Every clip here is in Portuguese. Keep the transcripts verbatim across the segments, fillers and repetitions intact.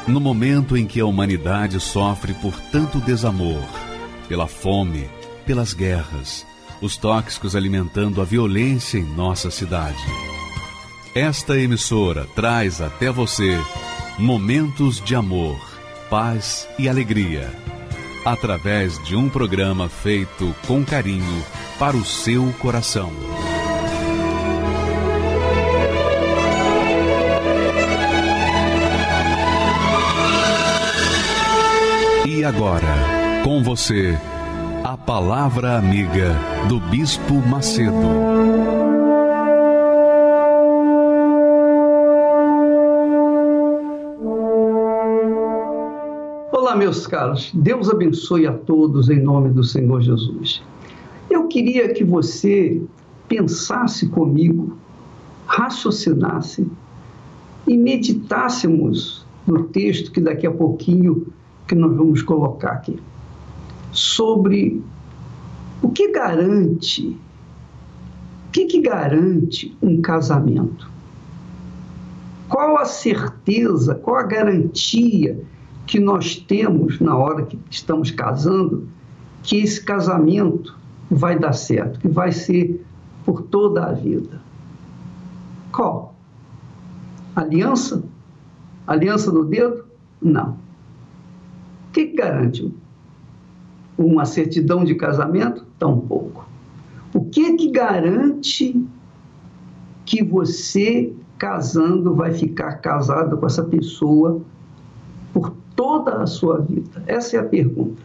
No momento em que a humanidade sofre por tanto desamor, pela fome, pelas guerras, os tóxicos alimentando a violência em nossa cidade. Esta emissora traz até você momentos de amor, paz e alegria, através de um programa feito com carinho para o seu coração. E agora, com você, a Palavra Amiga do Bispo Macedo. Olá, meus caros. Deus abençoe a todos em nome do Senhor Jesus. Eu queria que você pensasse comigo, raciocinasse e meditássemos no texto que daqui a pouquinho que nós vamos colocar aqui, sobre o que garante, o que, que garante um casamento? Qual a certeza, qual a garantia que nós temos na hora que estamos casando, que esse casamento vai dar certo, que vai ser por toda a vida? Qual? Aliança? Aliança no dedo? Não. O que garante? Uma certidão de casamento? Tampouco. O que que garante que você, casando, vai ficar casado com essa pessoa por toda a sua vida? Essa é a pergunta.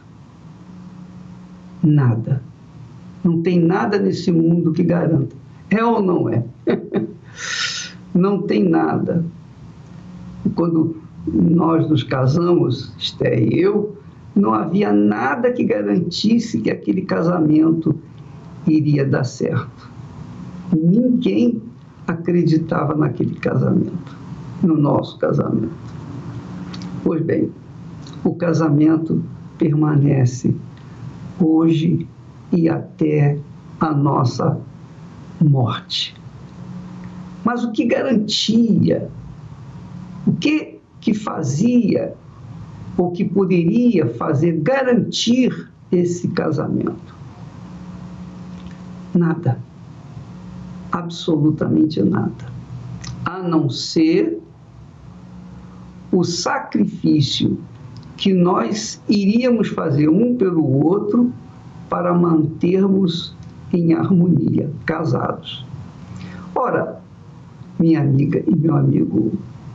Nada. Não tem nada nesse mundo que garanta. É ou não é? Não tem nada. Quando nós nos casamos, Esté e eu, não havia nada que garantisse que aquele casamento iria dar certo. Ninguém acreditava naquele casamento, no nosso casamento. Pois bem, o casamento permanece hoje e até a nossa morte. Mas o que garantia, o que que fazia, ou que poderia fazer garantir esse casamento? Nada. Absolutamente nada. A não ser o sacrifício que nós iríamos fazer um pelo outro para mantermos em harmonia, casados. Ora, minha amiga e meu amigo,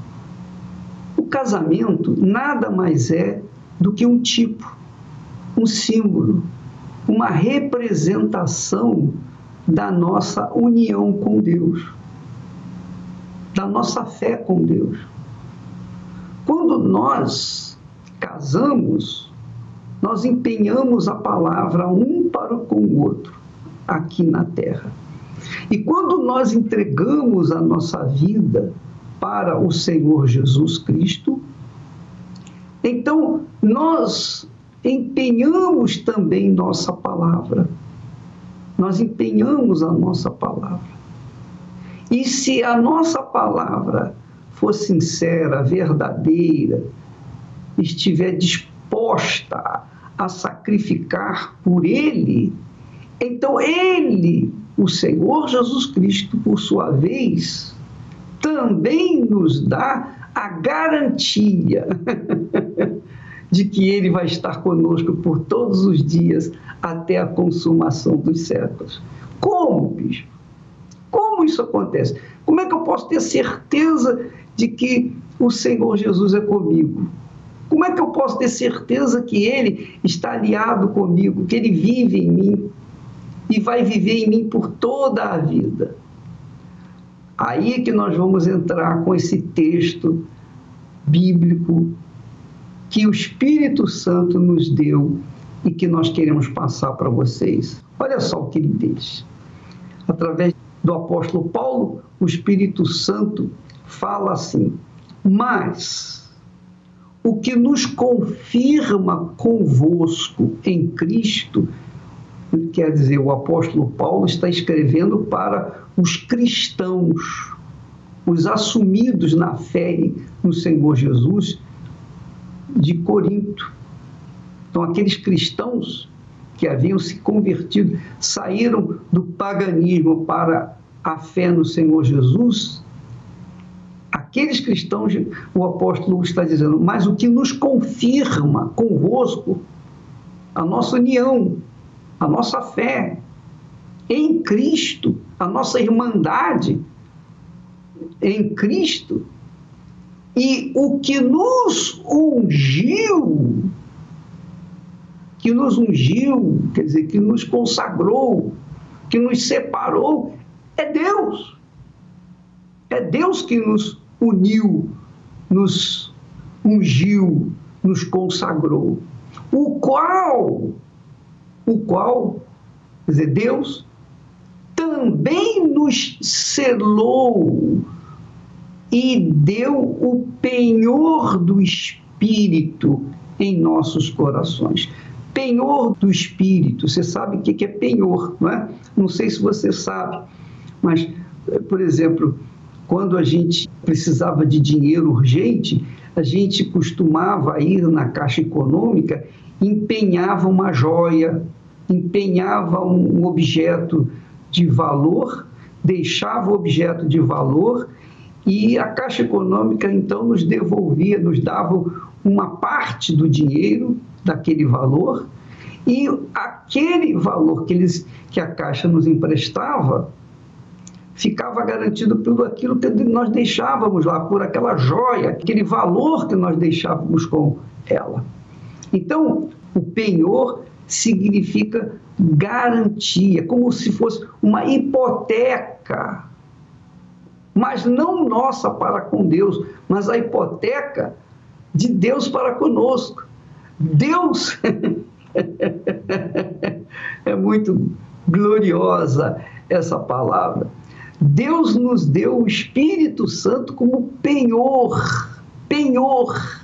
o casamento nada mais é do que um tipo, um símbolo, uma representação da nossa união com Deus, da nossa fé com Deus. Quando nós casamos, nós empenhamos a palavra um para com o outro, aqui na terra. E quando nós entregamos a nossa vida para o Senhor Jesus Cristo, então nós empenhamos também nossa palavra. Nós empenhamos a nossa palavra. E se a nossa palavra for sincera, verdadeira, estiver disposta a sacrificar por Ele, então Ele, o Senhor Jesus Cristo, por sua vez, também nos dá a garantia de que Ele vai estar conosco por todos os dias até a consumação dos séculos. Como, bispo? Como isso acontece? Como é que eu posso ter certeza de que o Senhor Jesus é comigo? Como é que eu posso ter certeza que Ele está aliado comigo, que Ele vive em mim e vai viver em mim por toda a vida? Aí é que nós vamos entrar com esse texto bíblico que o Espírito Santo nos deu e que nós queremos passar para vocês. Olha só o que ele diz. Através do apóstolo Paulo, o Espírito Santo fala assim: mas o que nos confirma convosco em Cristo, quer dizer, o apóstolo Paulo está escrevendo para os cristãos, os assumidos na fé no Senhor Jesus, de Corinto. Então, aqueles cristãos que haviam se convertido, saíram do paganismo para a fé no Senhor Jesus, aqueles cristãos, o apóstolo está dizendo, mas o que nos confirma convosco a nossa união, a nossa fé em Cristo, a nossa irmandade em Cristo, e o que nos ungiu, que nos ungiu, quer dizer, que nos consagrou, que nos separou, é Deus. É Deus que nos uniu, nos ungiu, nos consagrou. O qual, o qual, quer dizer, Deus também nos selou e deu o penhor do Espírito em nossos corações. Penhor do Espírito, você sabe o que é penhor, não é? Não sei se você sabe, mas, por exemplo, quando a gente precisava de dinheiro urgente, a gente costumava ir na Caixa Econômica, empenhava uma joia, empenhava um objeto de valor, deixava o objeto de valor e a Caixa Econômica, então, nos devolvia, nos dava uma parte do dinheiro, daquele valor, e aquele valor que, eles, que a Caixa nos emprestava ficava garantido por aquilo que nós deixávamos lá, por aquela joia, aquele valor que nós deixávamos com ela. Então, o penhor significa garantia, como se fosse uma hipoteca, mas não nossa para com Deus, mas a hipoteca de Deus para conosco. Deus é muito gloriosa essa palavra. Deus nos deu o Espírito Santo como penhor, penhor,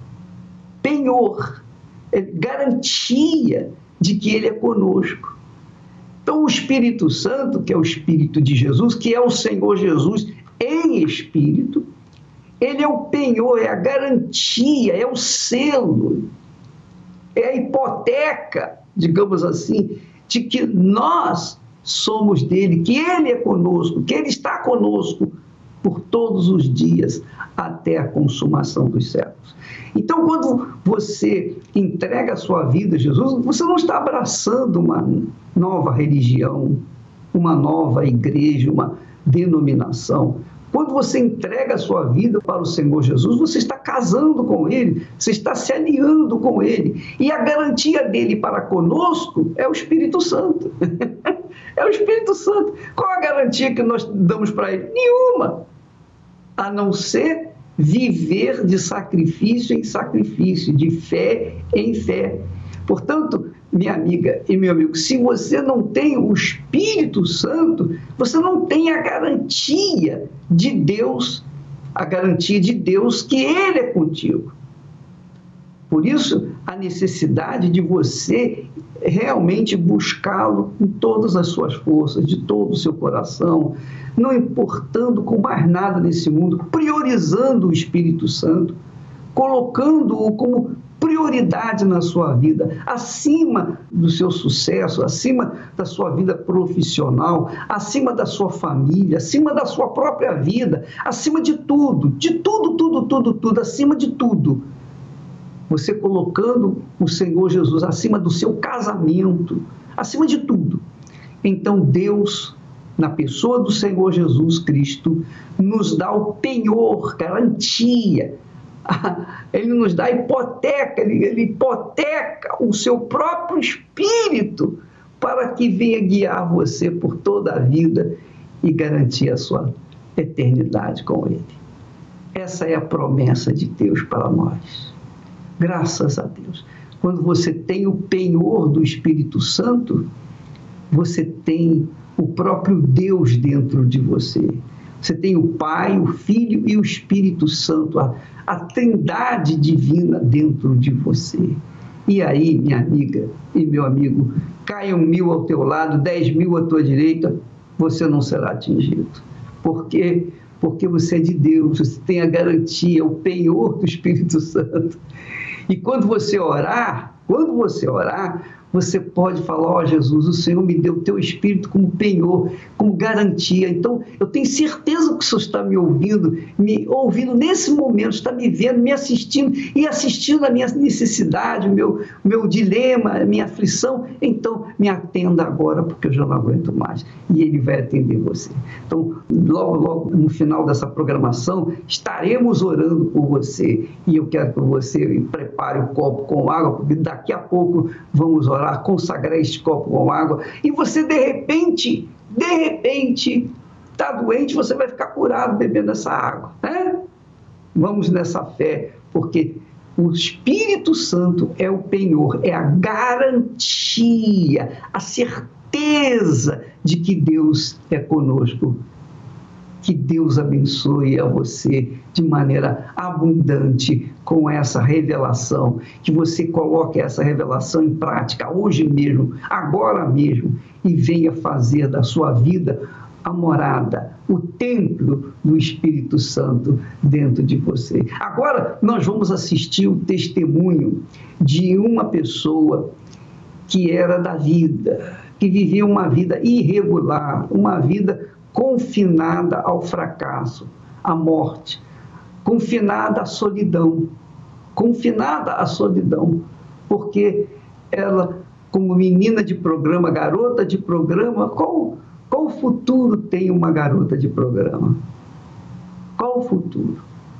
penhor, é garantia de que Ele é conosco. Então, o Espírito Santo, que é o Espírito de Jesus, que é o Senhor Jesus em Espírito, Ele é o penhor, é a garantia, é o selo, é a hipoteca, digamos assim, de que nós somos dele, que ele é conosco, que ele está conosco por todos os dias até a consumação dos séculos. Então, quando você entrega a sua vida a Jesus, você não está abraçando uma nova religião, uma nova igreja, uma denominação. Quando você entrega a sua vida para o Senhor Jesus, você está casando com Ele, você está se alinhando com Ele. E a garantia dele para conosco é o Espírito Santo. É o Espírito Santo. Qual a garantia que nós damos para Ele? Nenhuma. A não ser viver de sacrifício em sacrifício, de fé em fé. Portanto, minha amiga e meu amigo, se você não tem o Espírito Santo, você não tem a garantia de Deus, a garantia de Deus que Ele é contigo. Por isso, a necessidade de você realmente buscá-lo com todas as suas forças, de todo o seu coração, não importando com mais nada nesse mundo, priorizando o Espírito Santo, colocando-o como prioridade na sua vida, acima do seu sucesso, acima da sua vida profissional, acima da sua família, acima da sua própria vida, acima de tudo, de tudo, tudo, tudo, tudo, acima de tudo. Você colocando o Senhor Jesus acima do seu casamento, acima de tudo. Então Deus, na pessoa do Senhor Jesus Cristo, nos dá o penhor, garantia. Ele nos dá a hipoteca, ele, ele hipoteca o seu próprio Espírito para que venha guiar você por toda a vida e garantir a sua eternidade com Ele. Essa é a promessa de Deus para nós. Graças a Deus. Quando você tem o penhor do Espírito Santo, você tem o próprio Deus dentro de você. Você tem o Pai, o Filho e o Espírito Santo, a, a trindade divina dentro de você. E aí, minha amiga e meu amigo, caiam mil ao teu lado, dez mil à tua direita, você não será atingido. Por quê? Porque você é de Deus, você tem a garantia, o penhor do Espírito Santo. E quando você orar, quando você orar, você pode falar, ó, Jesus, o Senhor me deu o teu Espírito como penhor, como garantia. Então, eu tenho certeza que o Senhor está me ouvindo, me ouvindo nesse momento, está me vendo, me assistindo e assistindo a minha necessidade, o meu, meu dilema, a minha aflição. Então, me atenda agora, porque eu já não aguento mais. E Ele vai atender você. Então, logo, logo no final dessa programação, estaremos orando por você. E eu quero que você prepare o copo com água, porque daqui a pouco vamos orar, consagrar este copo com água, e você de repente, de repente, está doente, você vai ficar curado bebendo essa água, né? Vamos nessa fé, porque o Espírito Santo é o penhor, é a garantia, a certeza de que Deus é conosco. Que Deus abençoe a você de maneira abundante com essa revelação, que você coloque essa revelação em prática hoje mesmo, agora mesmo, e venha fazer da sua vida a morada, o templo do Espírito Santo dentro de você. Agora nós vamos assistir o testemunho de uma pessoa que era da vida, que vivia uma vida irregular, uma vida confinada ao fracasso, à morte, confinada à solidão, confinada à solidão, porque ela, como menina de programa, garota de programa, qual, qual futuro tem uma garota de programa? Qual o futuro?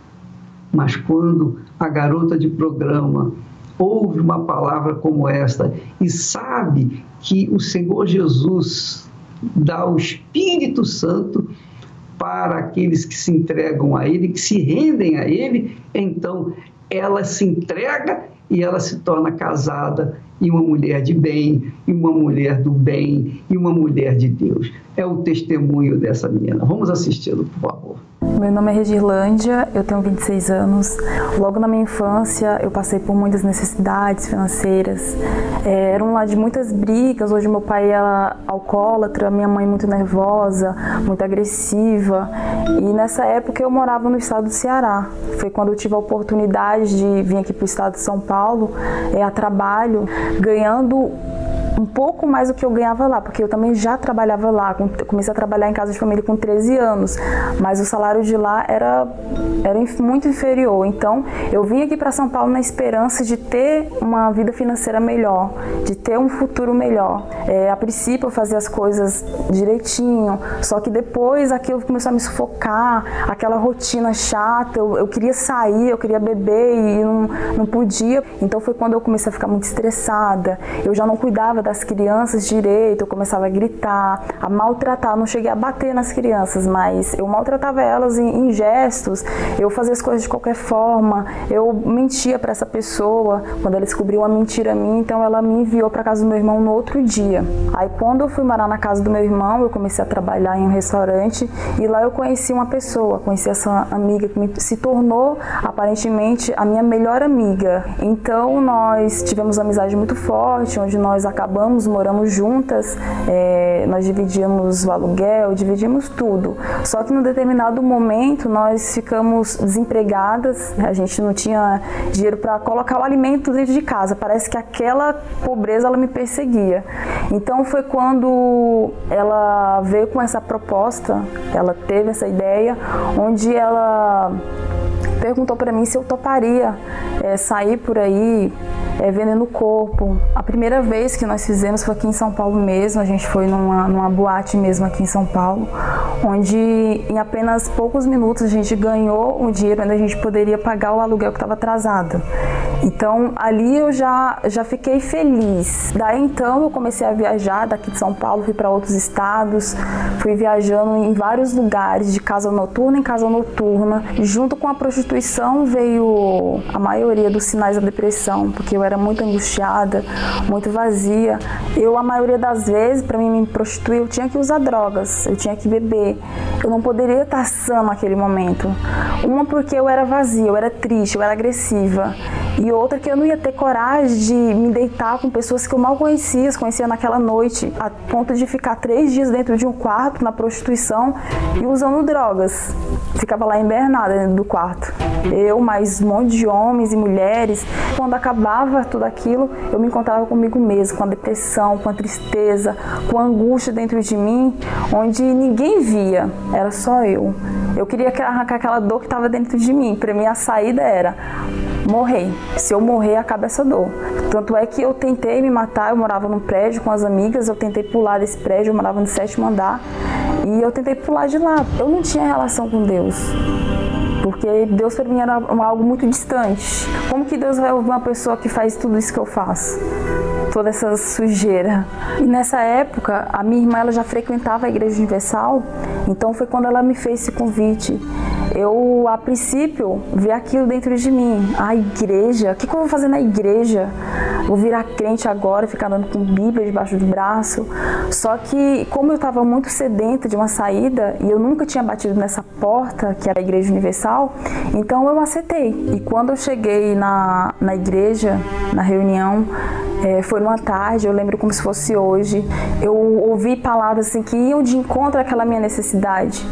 Mas quando a garota de programa ouve uma palavra como esta e sabe que o Senhor Jesus dá o Espírito Santo para aqueles que se entregam a Ele, que se rendem a Ele, então ela se entrega e ela se torna casada e uma mulher de bem, e uma mulher do bem, e uma mulher de Deus. É o testemunho dessa menina. Vamos assisti-lo, por favor. Meu nome é Redirlândia, eu tenho vinte e seis anos. Logo na minha infância, eu passei por muitas necessidades financeiras. É, era um lar de muitas brigas. Hoje meu pai era alcoólatra, minha mãe muito nervosa, muito agressiva. E nessa época eu morava no estado do Ceará. Foi quando eu tive a oportunidade de vir aqui para o estado de São Paulo, é, a trabalho, ganhando um pouco mais do que eu ganhava lá, porque eu também já trabalhava lá, comecei a trabalhar em casa de família com treze anos, mas o salário de lá era, era muito inferior. Então eu vim aqui para São Paulo na esperança de ter uma vida financeira melhor, de ter um futuro melhor. É, a princípio eu fazia as coisas direitinho, só que depois aquilo começou a me sufocar, aquela rotina chata, eu, eu queria sair, eu queria beber e não, não podia. Então foi quando eu comecei a ficar muito estressada, eu já não cuidava das crianças direito, eu começava a gritar, a maltratar. Eu não cheguei a bater nas crianças, mas eu maltratava elas em, em gestos, eu fazia as coisas de qualquer forma, eu mentia para essa pessoa. Quando ela descobriu uma mentira minha, então ela me enviou para casa do meu irmão no outro dia. Aí quando eu fui morar na casa do meu irmão, eu comecei a trabalhar em um restaurante e lá eu conheci uma pessoa, conheci essa amiga que me, se tornou aparentemente a minha melhor amiga. Então nós tivemos uma amizade muito forte, onde nós acabamos Acabamos, moramos juntas, é, nós dividimos o aluguel, dividimos tudo. Só que num determinado momento nós ficamos desempregadas, a gente não tinha dinheiro para colocar o alimento dentro de casa. Parece que aquela pobreza ela me perseguia. Então foi quando ela veio com essa proposta, ela teve essa ideia, onde ela perguntou para mim se eu toparia é, sair por aí é, vendendo o corpo. A primeira vez que nós fizemos foi aqui em São Paulo mesmo, a gente foi numa, numa boate mesmo aqui em São Paulo, onde em apenas poucos minutos a gente ganhou um dinheiro onde a gente poderia pagar o aluguel que estava atrasado. Então ali eu já, já fiquei feliz. Daí então eu comecei a viajar daqui de São Paulo, fui para outros estados, fui viajando em vários lugares, de casa noturna em casa noturna. Junto com a prostituição veio a maioria dos sinais da depressão, porque eu era muito angustiada, muito vazia. Eu, a maioria das vezes, para mim me prostituir, eu tinha que usar drogas, eu tinha que beber. Eu não poderia estar sã naquele momento. Uma porque eu era vazia, eu era triste, eu era agressiva. E outra que eu não ia ter coragem de me deitar com pessoas que eu mal conhecia, conhecia naquela noite, a ponto de ficar três dias dentro de um quarto, na prostituição e usando drogas. Ficava lá embernada dentro do quarto. Eu, mais um monte de homens e mulheres. Quando acabava tudo aquilo, eu me encontrava comigo mesma, com a depressão, com a tristeza, com a angústia dentro de mim, onde ninguém via, era só eu. Eu queria arrancar aquela dor que estava dentro de mim. Para mim, a saída era morrer. Se eu morrer, acaba essa dor. Tanto é que eu tentei me matar, eu morava num prédio com as amigas, eu tentei pular desse prédio, eu morava no sétimo andar, e eu tentei pular de lá. Eu não tinha relação com Deus, porque Deus para mim era algo muito distante. Como que Deus vai ouvir uma pessoa que faz tudo isso que eu faço? Toda essa sujeira. E nessa época, a minha irmã ela já frequentava a Igreja Universal, então foi quando ela me fez esse convite. Eu, a princípio, vi aquilo dentro de mim. A igreja? O que eu vou fazer na igreja? Vou virar crente agora, ficar andando com Bíblia debaixo do braço. Só que, como eu estava muito sedenta de uma saída, e eu nunca tinha batido nessa porta, que era a Igreja Universal, então eu aceitei. E quando eu cheguei na, na igreja, na reunião, é, foi numa tarde, eu lembro como se fosse hoje, eu ouvi palavras assim, que iam de encontro àquela minha necessidade.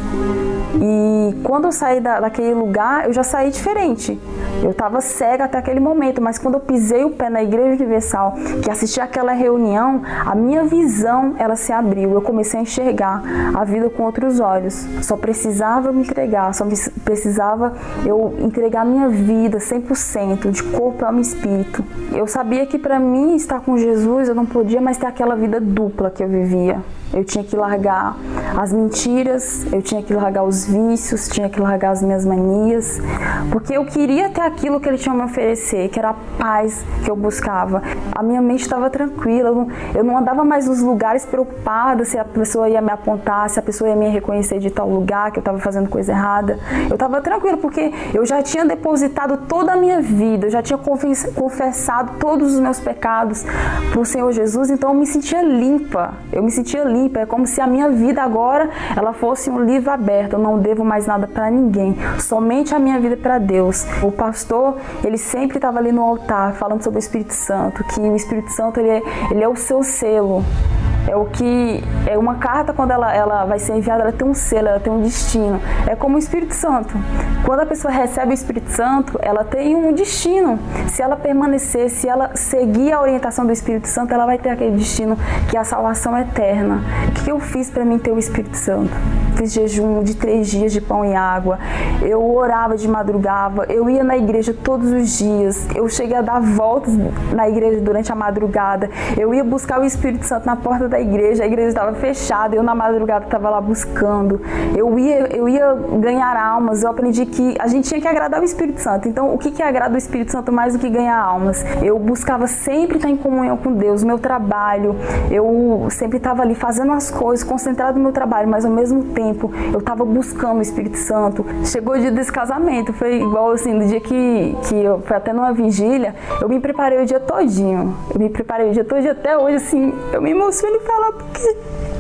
E quando eu saí da, daquele lugar, eu já saí diferente. Eu estava cega até aquele momento, mas quando eu pisei o pé na Igreja Universal, que assisti aquela reunião, a minha visão, ela se abriu. Eu comecei a enxergar a vida com outros olhos. Só precisava eu me entregar, só precisava eu entregar a minha vida cem por cento, de corpo, alma e espírito. Eu sabia que para mim estar com Jesus, eu não podia mais ter aquela vida dupla que eu vivia. Eu tinha que largar as mentiras, eu tinha que largar os vícios, tinha que largar as minhas manias, porque eu queria ter aquilo que ele tinha a me oferecer, que era a paz que eu buscava. A minha mente estava tranquila, eu não, eu não andava mais nos lugares preocupada se a pessoa ia me apontar, se a pessoa ia me reconhecer de tal lugar, que eu estava fazendo coisa errada. Eu estava tranquila, porque eu já tinha depositado toda a minha vida, eu já tinha confessado todos os meus pecados para o Senhor Jesus, então eu me sentia limpa, eu me sentia limpa. É como se a minha vida agora ela fosse um livro aberto. Eu não devo mais nada para ninguém, somente a minha vida para Deus. O pastor, ele sempre estava ali no altar falando sobre o Espírito Santo, que o Espírito Santo ele é, ele é o seu selo. É o que é uma carta, quando ela, ela vai ser enviada, ela tem um selo, ela tem um destino. É como o Espírito Santo. Quando a pessoa recebe o Espírito Santo, ela tem um destino. Se ela permanecer, se ela seguir a orientação do Espírito Santo, ela vai ter aquele destino, que é a salvação eterna. O que eu fiz para mim ter o Espírito Santo? Fiz jejum de três dias de pão e água. Eu orava de madrugada. Eu ia na igreja todos os dias. Eu cheguei a dar voltas na igreja durante a madrugada. Eu ia buscar o Espírito Santo na porta da igreja. A igreja estava fechada. Eu na madrugada estava lá buscando. Eu ia, eu ia ganhar almas. Eu aprendi que a gente tinha que agradar o Espírito Santo. Então, o que que agrada o Espírito Santo mais do que ganhar almas? Eu buscava sempre estar em comunhão com Deus. Meu trabalho, eu sempre estava ali fazendo as coisas, concentrado no meu trabalho, mas ao mesmo tempo eu estava buscando o Espírito Santo. Chegou o dia desse casamento, foi igual assim, no dia que, que eu foi até numa vigília, eu me preparei o dia todinho. Eu me preparei o dia todinho, até hoje, assim, eu me emociono em falar, porque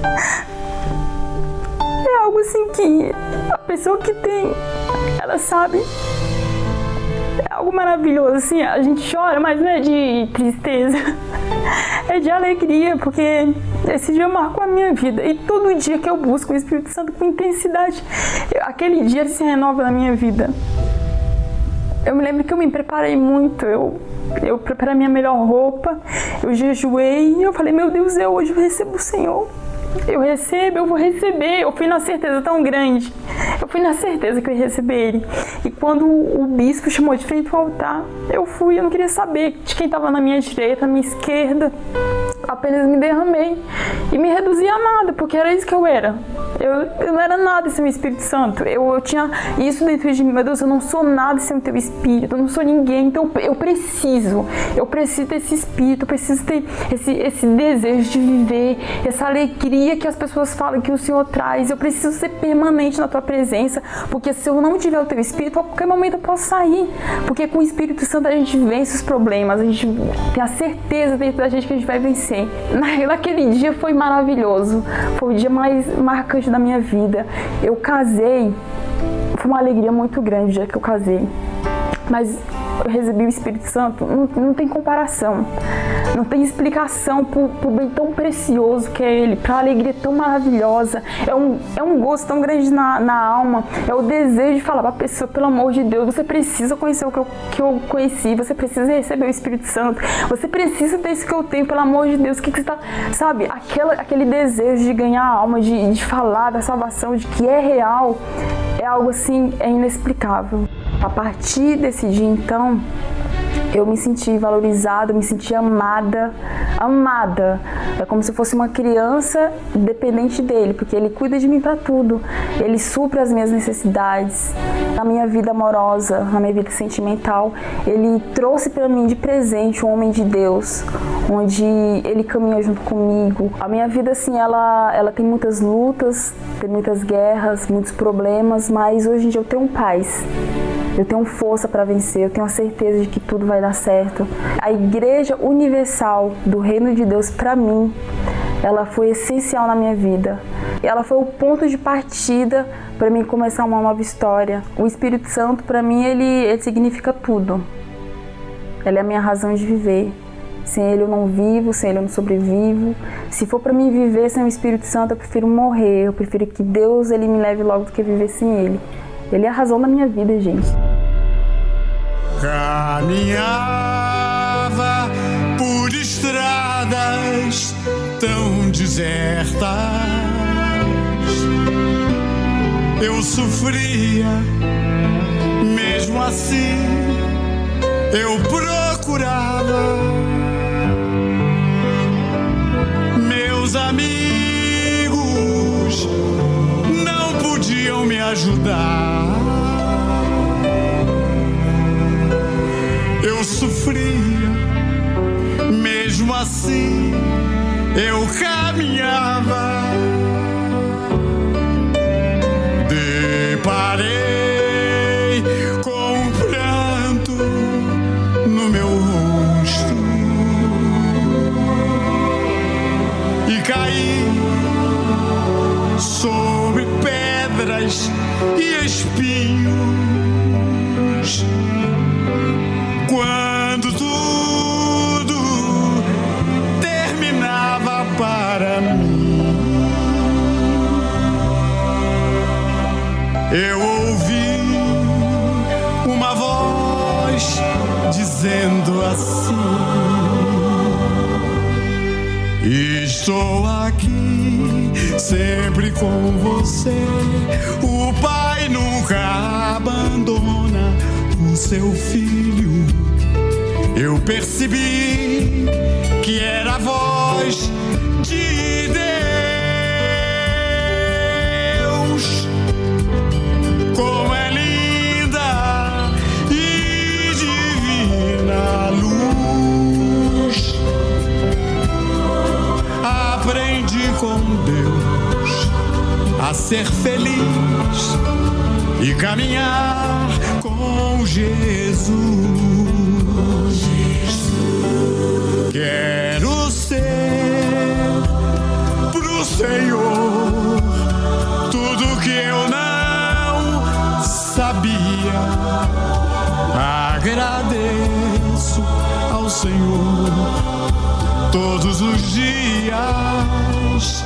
é algo assim que a pessoa que tem, ela sabe. É algo maravilhoso, assim, a gente chora, mas não é de tristeza, é de alegria, porque esse dia marcou a minha vida. E todo dia que eu busco o Espírito Santo com intensidade, aquele dia ele se renova na minha vida. Eu me lembro que eu me preparei muito, eu, eu preparei a minha melhor roupa, eu jejuei e eu falei, meu Deus, eu hoje recebo o Senhor. Eu recebo, eu vou receber. Eu fui na certeza tão grande. Eu fui na certeza que eu ia receber ele. E quando o bispo chamou de frente ao altar, eu fui, eu não queria saber de quem estava na minha direita, na minha esquerda. Apenas me derramei e me reduzi a nada, porque era isso que eu era. Eu, eu não era nada sem o Espírito Santo. Eu, eu tinha isso dentro de mim. Meu Deus, eu não sou nada sem o teu Espírito. Eu não sou ninguém. Então eu preciso. Eu preciso desse Espírito. Eu preciso ter esse, esse desejo de viver, essa alegria que as pessoas falam que o Senhor traz. Eu preciso ser permanente na tua presença, porque se eu não tiver o teu Espírito, a qualquer momento eu posso sair. Porque com o Espírito Santo a gente vence os problemas. A gente tem a certeza dentro da gente que a gente vai vencer. Naquele dia foi maravilhoso. Foi o dia mais marcante da minha vida. Eu casei, foi uma alegria muito grande o dia que eu casei. Mas eu recebi o Espírito Santo, não, não tem comparação. Não tem explicação pro, pro bem tão precioso que é Ele, pra alegria tão maravilhosa. É um, é um gosto tão grande na, na alma. É o desejo de falar pra pessoa, pelo amor de Deus, você precisa conhecer o que eu, que eu conheci, você precisa receber o Espírito Santo, você precisa desse que eu tenho, pelo amor de Deus. O que, que você tá, sabe? Aquela, aquele desejo de ganhar a alma, de, de falar da salvação, de que é real, é algo assim, é inexplicável. A partir desse dia, então, eu me senti valorizada, eu me senti amada, amada. É como se eu fosse uma criança dependente dele, porque ele cuida de mim para tudo. Ele supre as minhas necessidades, na minha vida amorosa, na minha vida sentimental. Ele trouxe para mim de presente um homem de Deus, onde ele caminha junto comigo. A minha vida, assim, ela, ela tem muitas lutas, tem muitas guerras, muitos problemas, mas hoje em dia eu tenho paz. Eu tenho força para vencer, eu tenho a certeza de que tudo vai dar certo. A Igreja Universal do Reino de Deus, para mim, ela foi essencial na minha vida. Ela foi o ponto de partida para mim começar uma nova história. O Espírito Santo, para mim, ele, ele significa tudo. Ele é a minha razão de viver. Sem ele eu não vivo, sem ele eu não sobrevivo. Se for para mim viver sem o Espírito Santo, eu prefiro morrer. Eu prefiro que Deus ele me leve logo do que viver sem ele. Ele é a razão da minha vida, gente. Caminhava por estradas tão desertas. Eu sofria, mesmo assim eu procurava. Meus amigos não podiam me ajudar. Eu sofria, mesmo assim eu caminhava. Deparei com um pranto no meu rosto e caí sobre pedras e espinhos. Quando tudo terminava para mim, eu ouvi uma voz dizendo assim: estou aqui sempre com você. O Pai nunca abandona o seu filho. Eu percebi que era a voz de Deus. Como é linda e divina a luz. Aprendi com Deus a ser feliz e caminhar com Jesus. Quero ser pro Senhor tudo que eu não sabia. Agradeço ao Senhor todos os dias.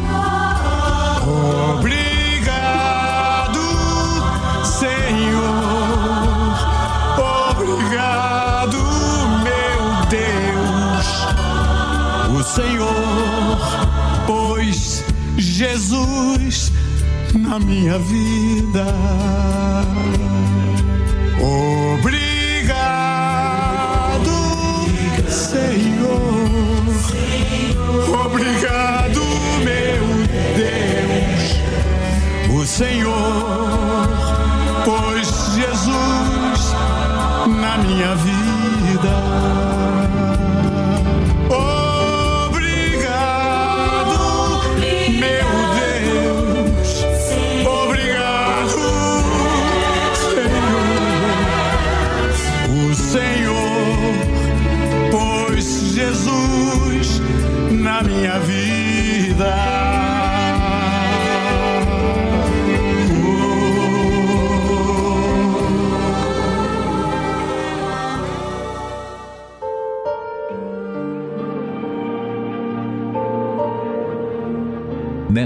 Obrigado, Senhor. Obrigado, meu Deus. O Senhor pôs Jesus na minha vida. Obrigado, Senhor. Obrigado, meu Deus. O Senhor pôs Jesus na minha vida. Obrigado, meu Deus. Obrigado, Senhor. O Senhor pôs Jesus na minha vida.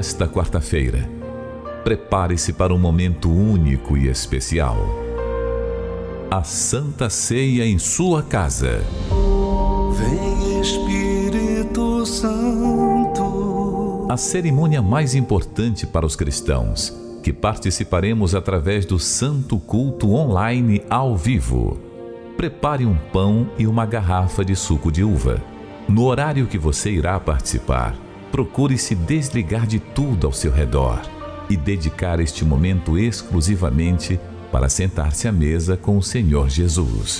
Nesta quarta-feira, prepare-se para um momento único e especial. A Santa Ceia em sua casa. Vem Espírito Santo. A cerimônia mais importante para os cristãos, que participaremos através do Santo Culto online ao vivo. Prepare um pão e uma garrafa de suco de uva. No horário que você irá participar, procure se desligar de tudo ao seu redor e dedicar este momento exclusivamente para sentar-se à mesa com o Senhor Jesus.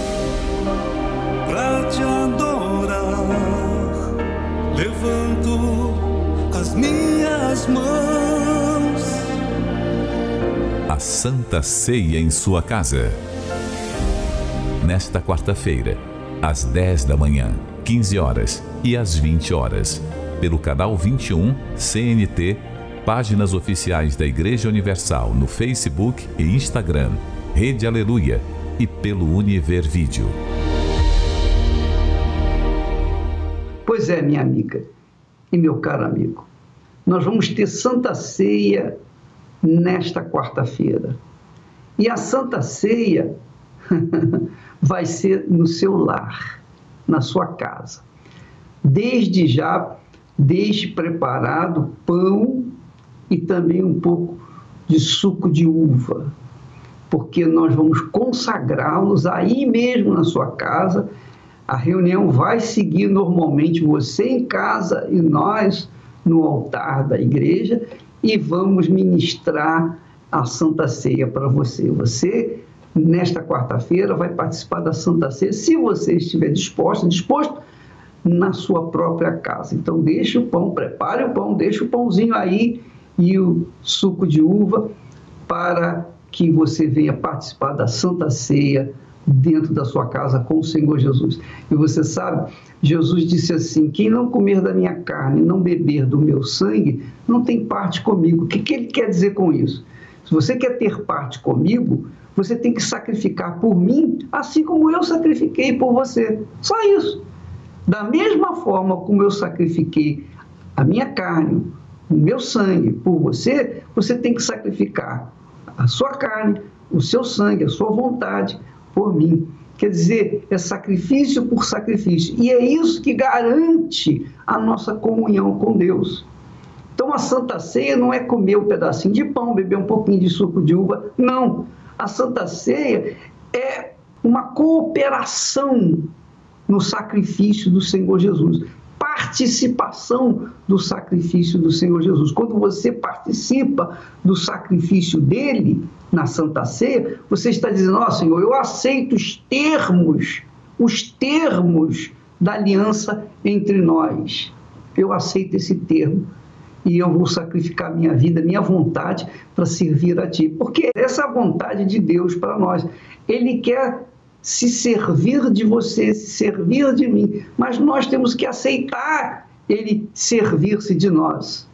Pra te adorar, levanto as minhas mãos. A Santa Ceia em sua casa. Nesta quarta-feira, às dez da manhã, quinze horas e às vinte horas, pelo canal vinte e um C N T, páginas oficiais da Igreja Universal no Facebook e Instagram, Rede Aleluia, e pelo Univer Vídeo. Pois é, minha amiga e meu caro amigo, nós vamos ter Santa Ceia nesta quarta-feira. E a Santa Ceia vai ser no seu lar, na sua casa. Desde já, deixe preparado pão e também um pouco de suco de uva, porque nós vamos consagrá-los aí mesmo na sua casa. A reunião vai seguir normalmente, você em casa e nós no altar da igreja, e vamos ministrar a Santa Ceia para você. Você, nesta quarta-feira, vai participar da Santa Ceia, se você estiver disposto, disposto, na sua própria casa. Então, deixe o pão, prepare o pão, deixe o pãozinho aí e o suco de uva para que você venha participar da Santa Ceia dentro da sua casa com o Senhor Jesus. E você sabe, Jesus disse assim: quem não comer da minha carne e não beber do meu sangue, não tem parte comigo. O que, que ele quer dizer com isso? Se você quer ter parte comigo, você tem que sacrificar por mim, assim como eu sacrifiquei por você. Só isso. Da mesma forma como eu sacrifiquei a minha carne, o meu sangue por você, você tem que sacrificar a sua carne, o seu sangue, a sua vontade por mim. Quer dizer, é sacrifício por sacrifício. E é isso que garante a nossa comunhão com Deus. Então, a Santa Ceia não é comer um pedacinho de pão, beber um pouquinho de suco de uva. Não. A Santa Ceia é uma cooperação no sacrifício do Senhor Jesus. Participação do sacrifício do Senhor Jesus. Quando você participa do sacrifício dele na Santa Ceia, você está dizendo: ó, Senhor, eu aceito os termos, os termos da aliança entre nós. Eu aceito esse termo e eu vou sacrificar minha vida, minha vontade para servir a Ti. Porque essa é a vontade de Deus para nós. Ele quer se servir de você, se servir de mim, mas nós temos que aceitar ele servir-se de nós.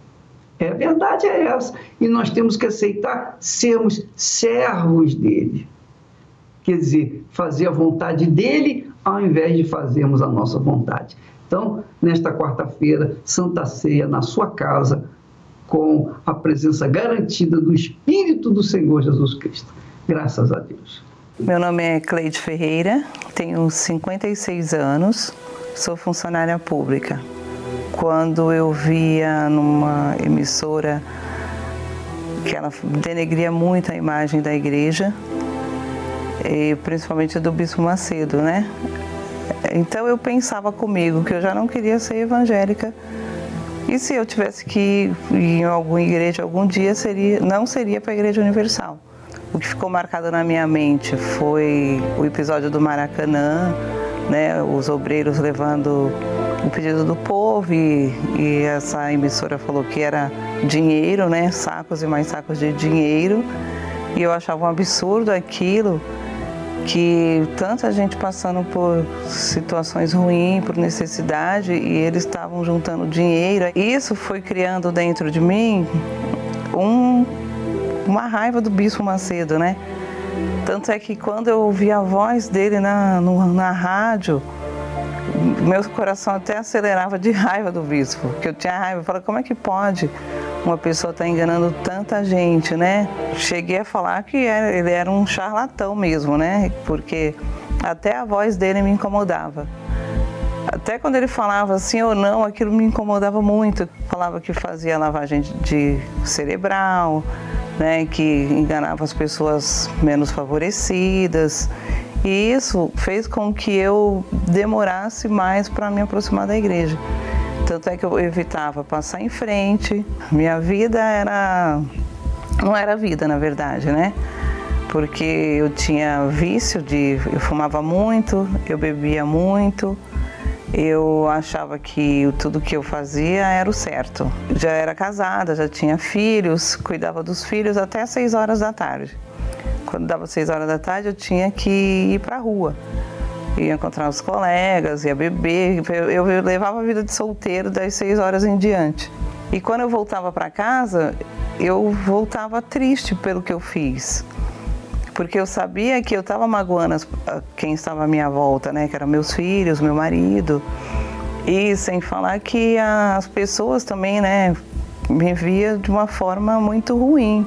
É, a verdade é essa, e nós temos que aceitar sermos servos dele, quer dizer, fazer a vontade dele ao invés de fazermos a nossa vontade. Então, nesta quarta-feira, Santa Ceia na sua casa, com a presença garantida do Espírito do Senhor Jesus Cristo. Graças a Deus. Meu nome é Cleide Ferreira, tenho cinquenta e seis anos, sou funcionária pública. Quando eu via numa emissora que ela denegria muito a imagem da igreja, e principalmente do Bispo Macedo, né? Então eu pensava comigo que eu já não queria ser evangélica, e se eu tivesse que ir em alguma igreja algum dia, seria, não seria para a Igreja Universal. O que ficou marcado na minha mente foi o episódio do Maracanã, né, os obreiros levando o pedido do povo e, e essa emissora falou que era dinheiro, né, sacos e mais sacos de dinheiro. E eu achava um absurdo aquilo, que tanta gente passando por situações ruins, por necessidade, e eles estavam juntando dinheiro. Isso foi criando dentro de mim um... uma raiva do Bispo Macedo, né? Tanto é que quando eu ouvi a voz dele na, no, na rádio, meu coração até acelerava de raiva do bispo, porque eu tinha raiva. Eu falei, como é que pode uma pessoa estar enganando tanta gente, né? Cheguei a falar que ele era um charlatão mesmo, né? Porque até a voz dele me incomodava. Até quando ele falava sim ou não, aquilo me incomodava muito. Falava que fazia lavagem de cerebral, né? Que enganava as pessoas menos favorecidas. E isso fez com que eu demorasse mais para me aproximar da igreja. Tanto é que eu evitava passar em frente. Minha vida era... não era vida, na verdade, né? Porque eu tinha vício de... eu fumava muito, eu bebia muito. Eu achava que tudo que eu fazia era o certo. Já era casada, já tinha filhos, cuidava dos filhos até seis horas da tarde. Quando dava seis horas da tarde, eu tinha que ir para a rua. Ia encontrar os colegas, ia beber. Eu, eu levava a vida de solteiro das seis horas em diante. E quando eu voltava para casa, eu voltava triste pelo que eu fiz. Porque eu sabia que eu estava magoando as, quem estava à minha volta, né? Que eram meus filhos, meu marido. E sem falar que as pessoas também, né? Me via de uma forma muito ruim.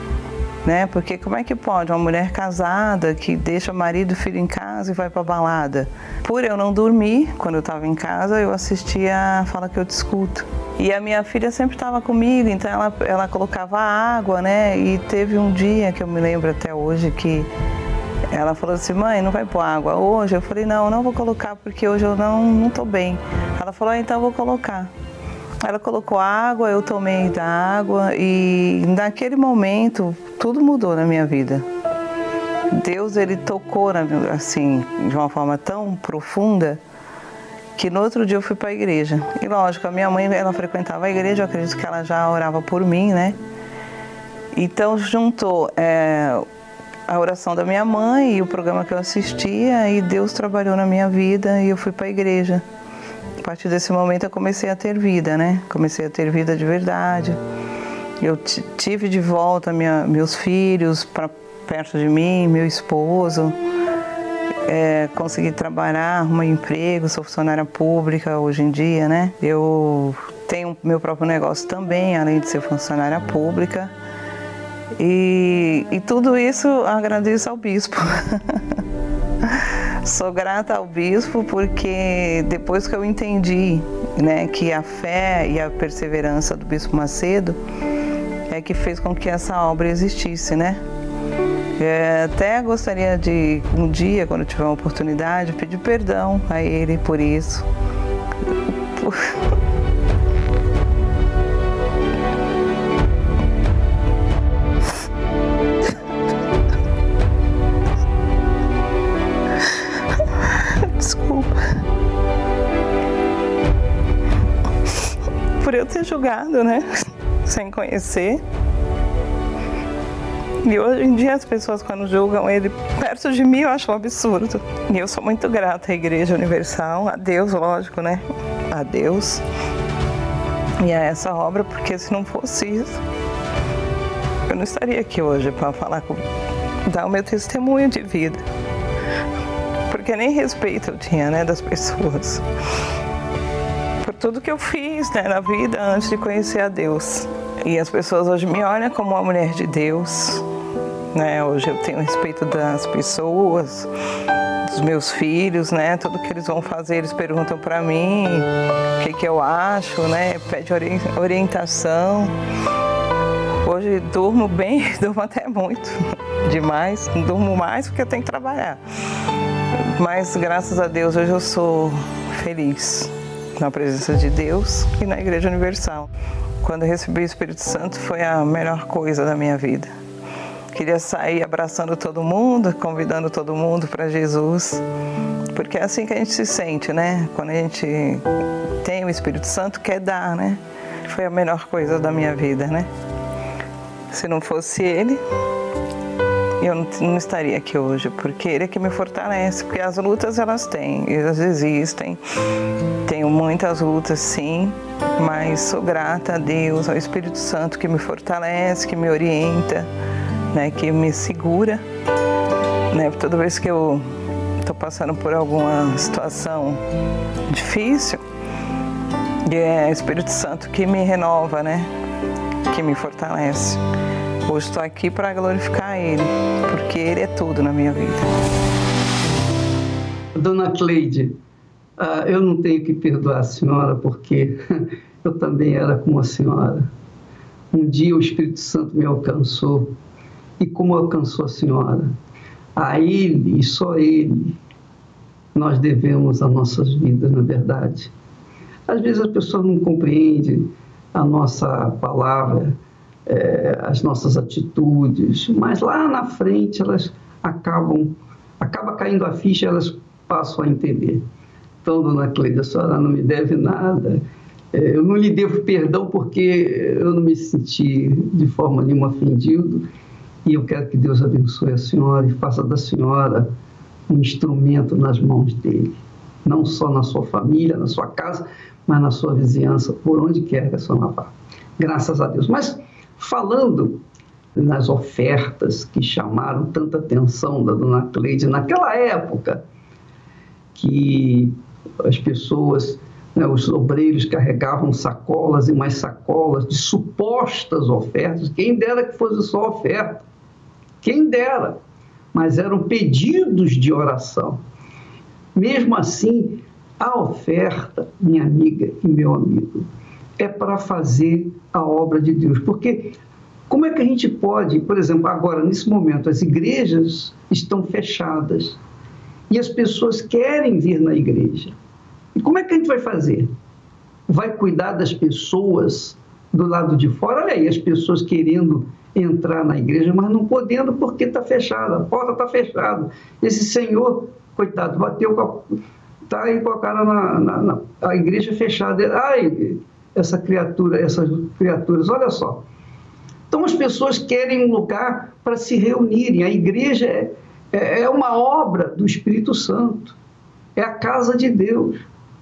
Né? Porque como é que pode uma mulher casada que deixa marido e filho em casa e vai para balada? Por eu não dormir, quando eu estava em casa, eu assistia a Fala Que Eu Te Escuto. E a minha filha sempre estava comigo, então ela, ela colocava água, né? E teve um dia que eu me lembro até hoje que ela falou assim, mãe, não vai pôr água hoje? Eu falei, não, não vou colocar porque hoje eu não, não tô bem. Ela falou, ah, então eu vou colocar. Ela colocou água, eu tomei da água e naquele momento tudo mudou na minha vida. Deus, ele tocou assim, de uma forma tão profunda que no outro dia eu fui para a igreja. E lógico, a minha mãe, ela frequentava a igreja, eu acredito que ela já orava por mim, né? Então juntou é, a oração da minha mãe e o programa que eu assistia e Deus trabalhou na minha vida e eu fui para a igreja. A partir desse momento eu comecei a ter vida, né? Comecei a ter vida de verdade. Eu tive de volta minha, meus filhos para perto de mim, meu esposo. É, consegui trabalhar, arrumar emprego, sou funcionária pública hoje em dia, né? Eu tenho meu próprio negócio também, além de ser funcionária pública. E, e tudo isso agradeço ao bispo. Sou grata ao bispo porque depois que eu entendi, né, que a fé e a perseverança do Bispo Macedo é que fez com que essa obra existisse, né? É, até gostaria de, um dia, quando tiver uma oportunidade, pedir perdão a ele por isso. Por... por eu ter julgado, né, sem conhecer. E hoje em dia as pessoas quando julgam ele perto de mim eu acho um absurdo. E eu sou muito grata à Igreja Universal, a Deus, lógico, né, a Deus e a essa obra, porque se não fosse isso, eu não estaria aqui hoje para falar, com, dar o meu testemunho de vida. Porque nem respeito eu tinha, né, das pessoas. Por tudo que eu fiz, né, na vida antes de conhecer a Deus. E as pessoas hoje me olham como uma mulher de Deus, né? Hoje eu tenho respeito das pessoas, dos meus filhos, né? Tudo que eles vão fazer, eles perguntam para mim o que, que eu acho, né? Pede orientação. Hoje durmo bem, durmo até muito, demais. Não durmo mais porque eu tenho que trabalhar. Mas graças a Deus hoje eu sou feliz na presença de Deus e na Igreja Universal. Quando eu recebi o Espírito Santo foi a melhor coisa da minha vida. Queria sair abraçando todo mundo, convidando todo mundo para Jesus, porque é assim que a gente se sente, né? Quando a gente tem o Espírito Santo, quer dar, né? Foi a melhor coisa da minha vida, né? Se não fosse Ele, eu não, não estaria aqui hoje, porque Ele é que me fortalece, porque as lutas elas têm, elas existem, tenho muitas lutas sim, mas sou grata a Deus, ao Espírito Santo que me fortalece, que me orienta, né, que me segura, né, toda vez que eu estou passando por alguma situação difícil, e é o Espírito Santo que me renova, né? Que me fortalece. Hoje estou aqui para glorificar Ele, porque Ele é tudo na minha vida. Dona Cleide, uh, eu não tenho que perdoar a senhora, porque eu também era como a senhora. Um dia o Espírito Santo me alcançou, e como alcançou a senhora? A Ele, e só Ele, nós devemos as nossas vidas, na verdade. Às vezes as pessoas não compreendem a nossa palavra, é, as nossas atitudes, mas lá na frente elas acabam, acaba caindo a ficha, elas passam a entender. Então, Dona Cleide, a senhora não me deve nada, é, eu não lhe devo perdão porque eu não me senti de forma nenhuma ofendido, e eu quero que Deus abençoe a senhora e faça da senhora um instrumento nas mãos dele, não só na sua família, na sua casa, mas na sua vizinhança, por onde quer que a senhora vá. Graças a Deus. Mas, falando nas ofertas que chamaram tanta atenção da Dona Cleide naquela época, que as pessoas, né, os obreiros carregavam sacolas e mais sacolas de supostas ofertas, quem dera que fosse só oferta, quem dera, mas eram pedidos de oração. Mesmo assim, a oferta, minha amiga e meu amigo, é para fazer a obra de Deus. Porque como é que a gente pode, por exemplo, agora, nesse momento, as igrejas estão fechadas e as pessoas querem vir na igreja. E como é que a gente vai fazer? Vai cuidar das pessoas do lado de fora? Olha aí, as pessoas querendo entrar na igreja, mas não podendo porque está fechada, a porta está fechada. Esse senhor, coitado, bateu com a... está aí com a cara na, na, na a igreja fechada. Ai, essa criatura, essas criaturas, olha só. Então as pessoas querem um lugar para se reunirem. A igreja é, é, é uma obra do Espírito Santo, é a casa de Deus.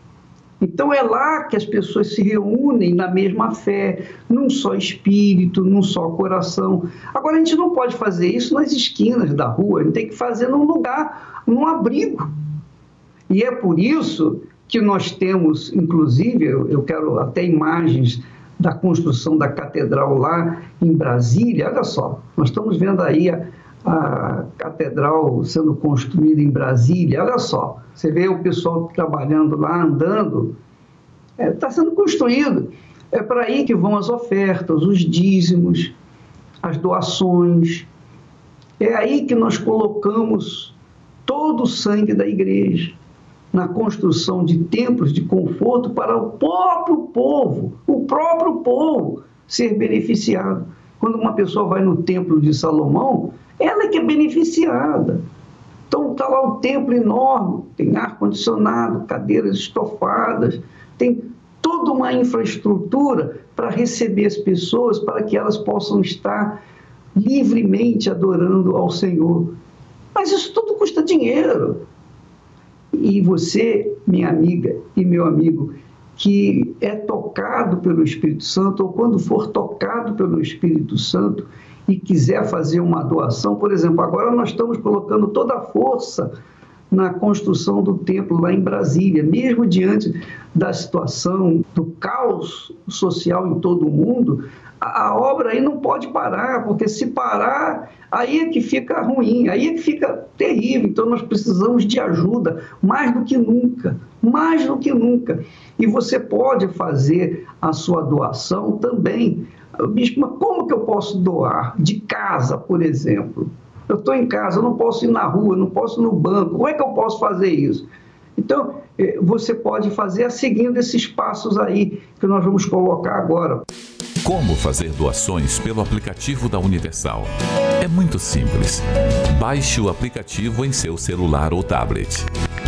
Então é lá que as pessoas se reúnem na mesma fé, num só espírito, num só coração. Agora a gente não pode fazer isso nas esquinas da rua, a gente tem que fazer num lugar, num abrigo. E é por isso que nós temos, inclusive, eu, eu quero até imagens da construção da catedral lá em Brasília. Olha só, nós estamos vendo aí a, a catedral sendo construída em Brasília. Olha só, você vê o pessoal trabalhando lá, andando, está é, sendo construído. É para aí que vão as ofertas, os dízimos, as doações. É aí que nós colocamos todo o sangue da igreja, na construção de templos de conforto para o próprio povo, o próprio povo ser beneficiado. Quando uma pessoa vai no templo de Salomão, ela é que é beneficiada. Então está lá um templo enorme, tem ar-condicionado, cadeiras estofadas, tem toda uma infraestrutura para receber as pessoas, para que elas possam estar livremente adorando ao Senhor. Mas isso tudo custa dinheiro. E você, minha amiga e meu amigo, que é tocado pelo Espírito Santo, ou quando for tocado pelo Espírito Santo e quiser fazer uma doação, por exemplo, agora nós estamos colocando toda a força na construção do templo lá em Brasília, mesmo diante da situação do caos social em todo o mundo, a obra aí não pode parar, porque se parar, aí é que fica ruim, aí é que fica terrível. Então nós precisamos de ajuda, mais do que nunca, mais do que nunca. E você pode fazer a sua doação também. Bispo, mas como que eu posso doar? De casa, por exemplo. Eu estou em casa, eu não posso ir na rua, não posso ir no banco. Como é que eu posso fazer isso? Então, você pode fazer seguindo esses passos aí que nós vamos colocar agora. Como fazer doações pelo aplicativo da Universal? É muito simples. Baixe o aplicativo em seu celular ou tablet.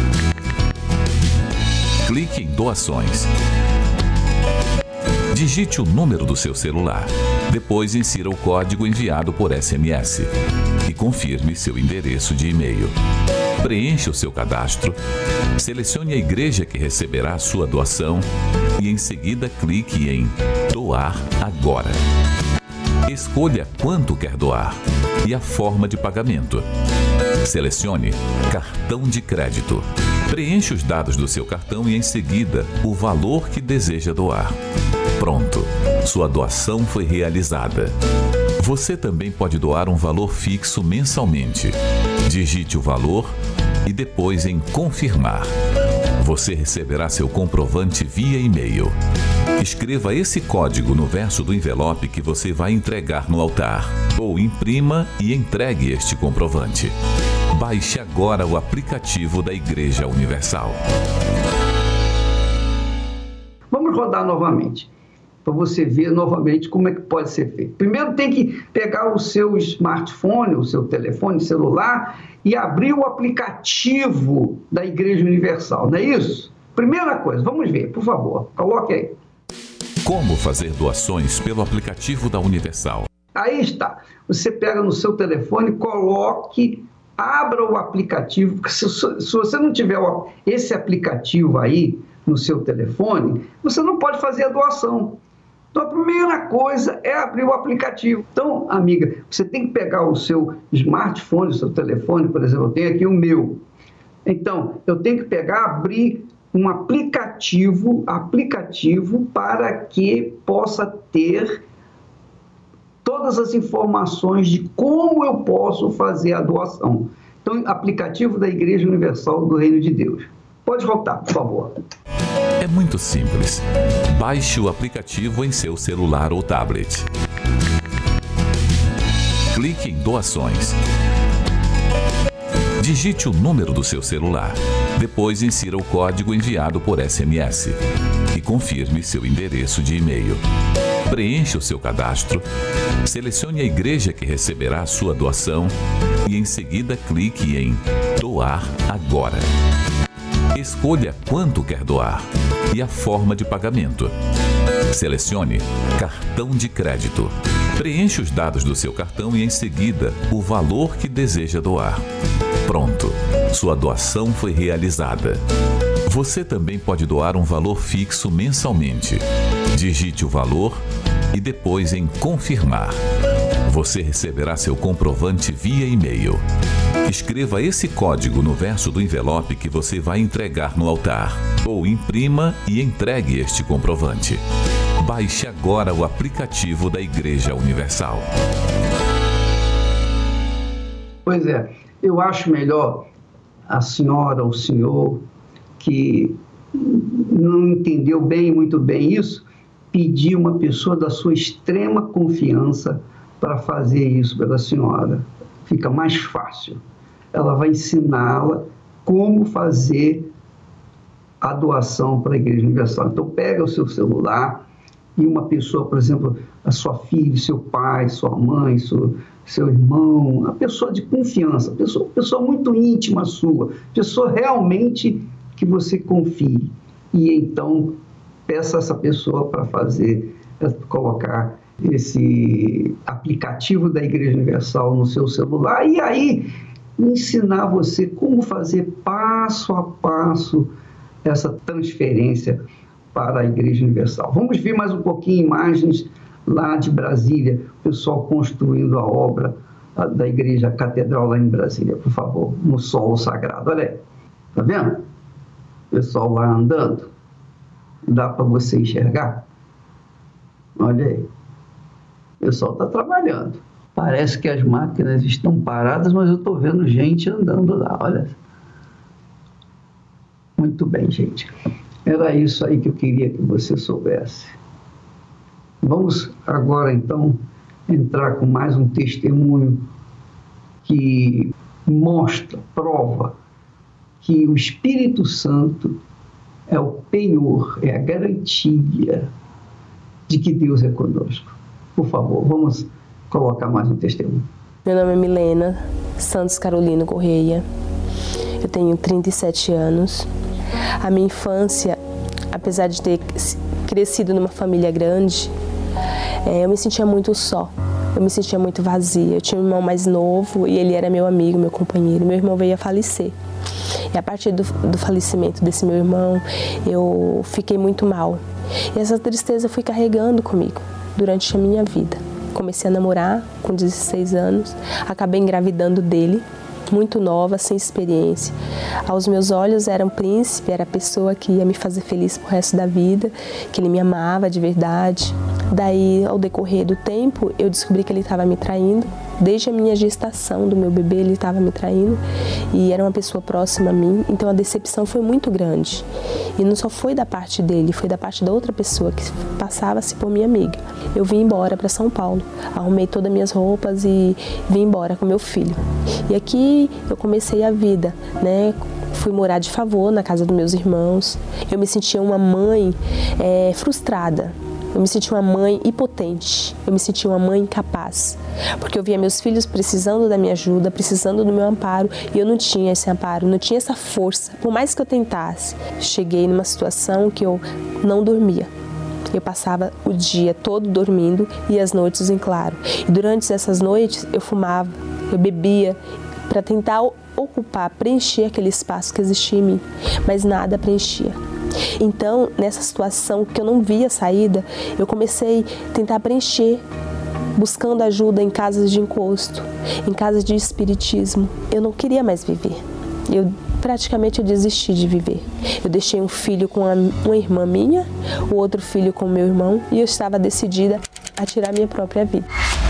Clique em Doações. Digite o número do seu celular. Depois insira o código enviado por S M S e confirme seu endereço de e-mail. Preencha o seu cadastro, selecione a igreja que receberá a sua doação e em seguida clique em Doar Agora. Escolha quanto quer doar e a forma de pagamento. Selecione Cartão de Crédito. Preencha os dados do seu cartão e, em seguida, o valor que deseja doar. Pronto, sua doação foi realizada. Você também pode doar um valor fixo mensalmente. Digite o valor e depois em Confirmar. Você receberá seu comprovante via e-mail. Escreva esse código no verso do envelope que você vai entregar no altar, ou imprima e entregue este comprovante. Baixe agora o aplicativo da Igreja Universal. Vamos rodar novamente, para você ver novamente como é que pode ser feito. Primeiro tem que pegar o seu smartphone, o seu telefone celular e abrir o aplicativo da Igreja Universal, não é isso? Primeira coisa, vamos ver, por favor, coloque aí. Como fazer doações pelo aplicativo da Universal? Aí está, você pega no seu telefone, coloque, abra o aplicativo, porque se, se você não tiver esse aplicativo aí no seu telefone, você não pode fazer a doação. Então, a primeira coisa é abrir o aplicativo. Então, amiga, você tem que pegar o seu smartphone, o seu telefone, por exemplo, eu tenho aqui o meu. Então, eu tenho que pegar, abrir um aplicativo, aplicativo para que possa ter todas as informações de como eu posso fazer a doação. Então, aplicativo da Igreja Universal do Reino de Deus. Pode voltar, por favor. É muito simples. Baixe o aplicativo em seu celular ou tablet. Clique em Doações. Digite o número do seu celular. Depois insira o código enviado por S M S e confirme seu endereço de e-mail. Preencha o seu cadastro, selecione a igreja que receberá a sua doação e em seguida clique em Doar Agora. Escolha quanto quer doar e a forma de pagamento. Selecione Cartão de Crédito. Preencha os dados do seu cartão e em seguida o valor que deseja doar. Pronto, sua doação foi realizada. Você também pode doar um valor fixo mensalmente. Digite o valor e depois em Confirmar. Você receberá seu comprovante via e-mail. Escreva esse código no verso do envelope que você vai entregar no altar, ou imprima e entregue este comprovante. Baixe agora o aplicativo da Igreja Universal. Pois é, eu acho melhor a senhora ou o senhor que não entendeu bem, muito bem isso, pedir uma pessoa da sua extrema confiança para fazer isso pela senhora. Fica mais fácil. Ela vai ensiná-la como fazer a doação para a Igreja Universal. Então, pega o seu celular e uma pessoa, por exemplo, a sua filha, seu pai, sua mãe, seu, seu irmão, a pessoa de confiança, pessoa, pessoa muito íntima sua, pessoa realmente que você confie. E então, peça essa pessoa para fazer, para colocar esse aplicativo da Igreja Universal no seu celular e aí ensinar você como fazer passo a passo essa transferência para a Igreja Universal. Vamos ver mais um pouquinho imagens lá de Brasília, o pessoal construindo a obra da Igreja a Catedral lá em Brasília, por favor, no solo sagrado. Olha aí, tá vendo? O pessoal lá andando. Dá para você enxergar? Olha aí. O pessoal está trabalhando. Parece que as máquinas estão paradas, mas eu estou vendo gente andando lá, olha. Muito bem, gente. Era isso aí que eu queria que você soubesse. Vamos agora, então, entrar com mais um testemunho que mostra, prova que o Espírito Santo é o penhor, é a garantia de que Deus é conosco. Por favor, vamos colocar mais um testemunho. Meu nome é Milena Santos Carolina Correia. Eu tenho trinta e sete anos. A minha infância, apesar de ter crescido numa família grande, é, eu me sentia muito só. Eu me sentia muito vazia. Eu tinha um irmão mais novo e ele era meu amigo, meu companheiro. Meu irmão veio a falecer. E a partir do, do falecimento desse meu irmão, eu fiquei muito mal. E essa tristeza eu fui carregando comigo durante a minha vida. Comecei a namorar com dezesseis anos, acabei engravidando dele muito nova, sem experiência. Aos meus olhos era um príncipe, era a pessoa que ia me fazer feliz pro resto da vida, que ele me amava de verdade. Daí, ao decorrer do tempo, eu descobri que ele estava me traindo. Desde a minha gestação do meu bebê, ele estava me traindo e era uma pessoa próxima a mim, então a decepção foi muito grande. E não só foi da parte dele, foi da parte da outra pessoa que passava-se por minha amiga. Eu vim embora para São Paulo, arrumei todas as minhas roupas e vim embora com meu filho. E aqui eu comecei a vida, né? Fui morar de favor na casa dos meus irmãos. Eu me sentia uma mãe é, frustrada. Eu me sentia uma mãe impotente, eu me sentia uma mãe incapaz, porque eu via meus filhos precisando da minha ajuda, precisando do meu amparo, e eu não tinha esse amparo, não tinha essa força, por mais que eu tentasse. Cheguei numa situação que eu não dormia. Eu passava o dia todo dormindo e as noites em claro. E durante essas noites eu fumava, eu bebia, para tentar ocupar, preencher aquele espaço que existia em mim, mas nada preenchia. Então, nessa situação que eu não via saída, eu comecei a tentar preencher, buscando ajuda em casas de encosto, em casas de espiritismo. Eu não queria mais viver. Eu praticamente eu desisti de viver. Eu deixei um filho com uma irmã minha, o outro filho com meu irmão, e eu estava decidida a tirar minha própria vida.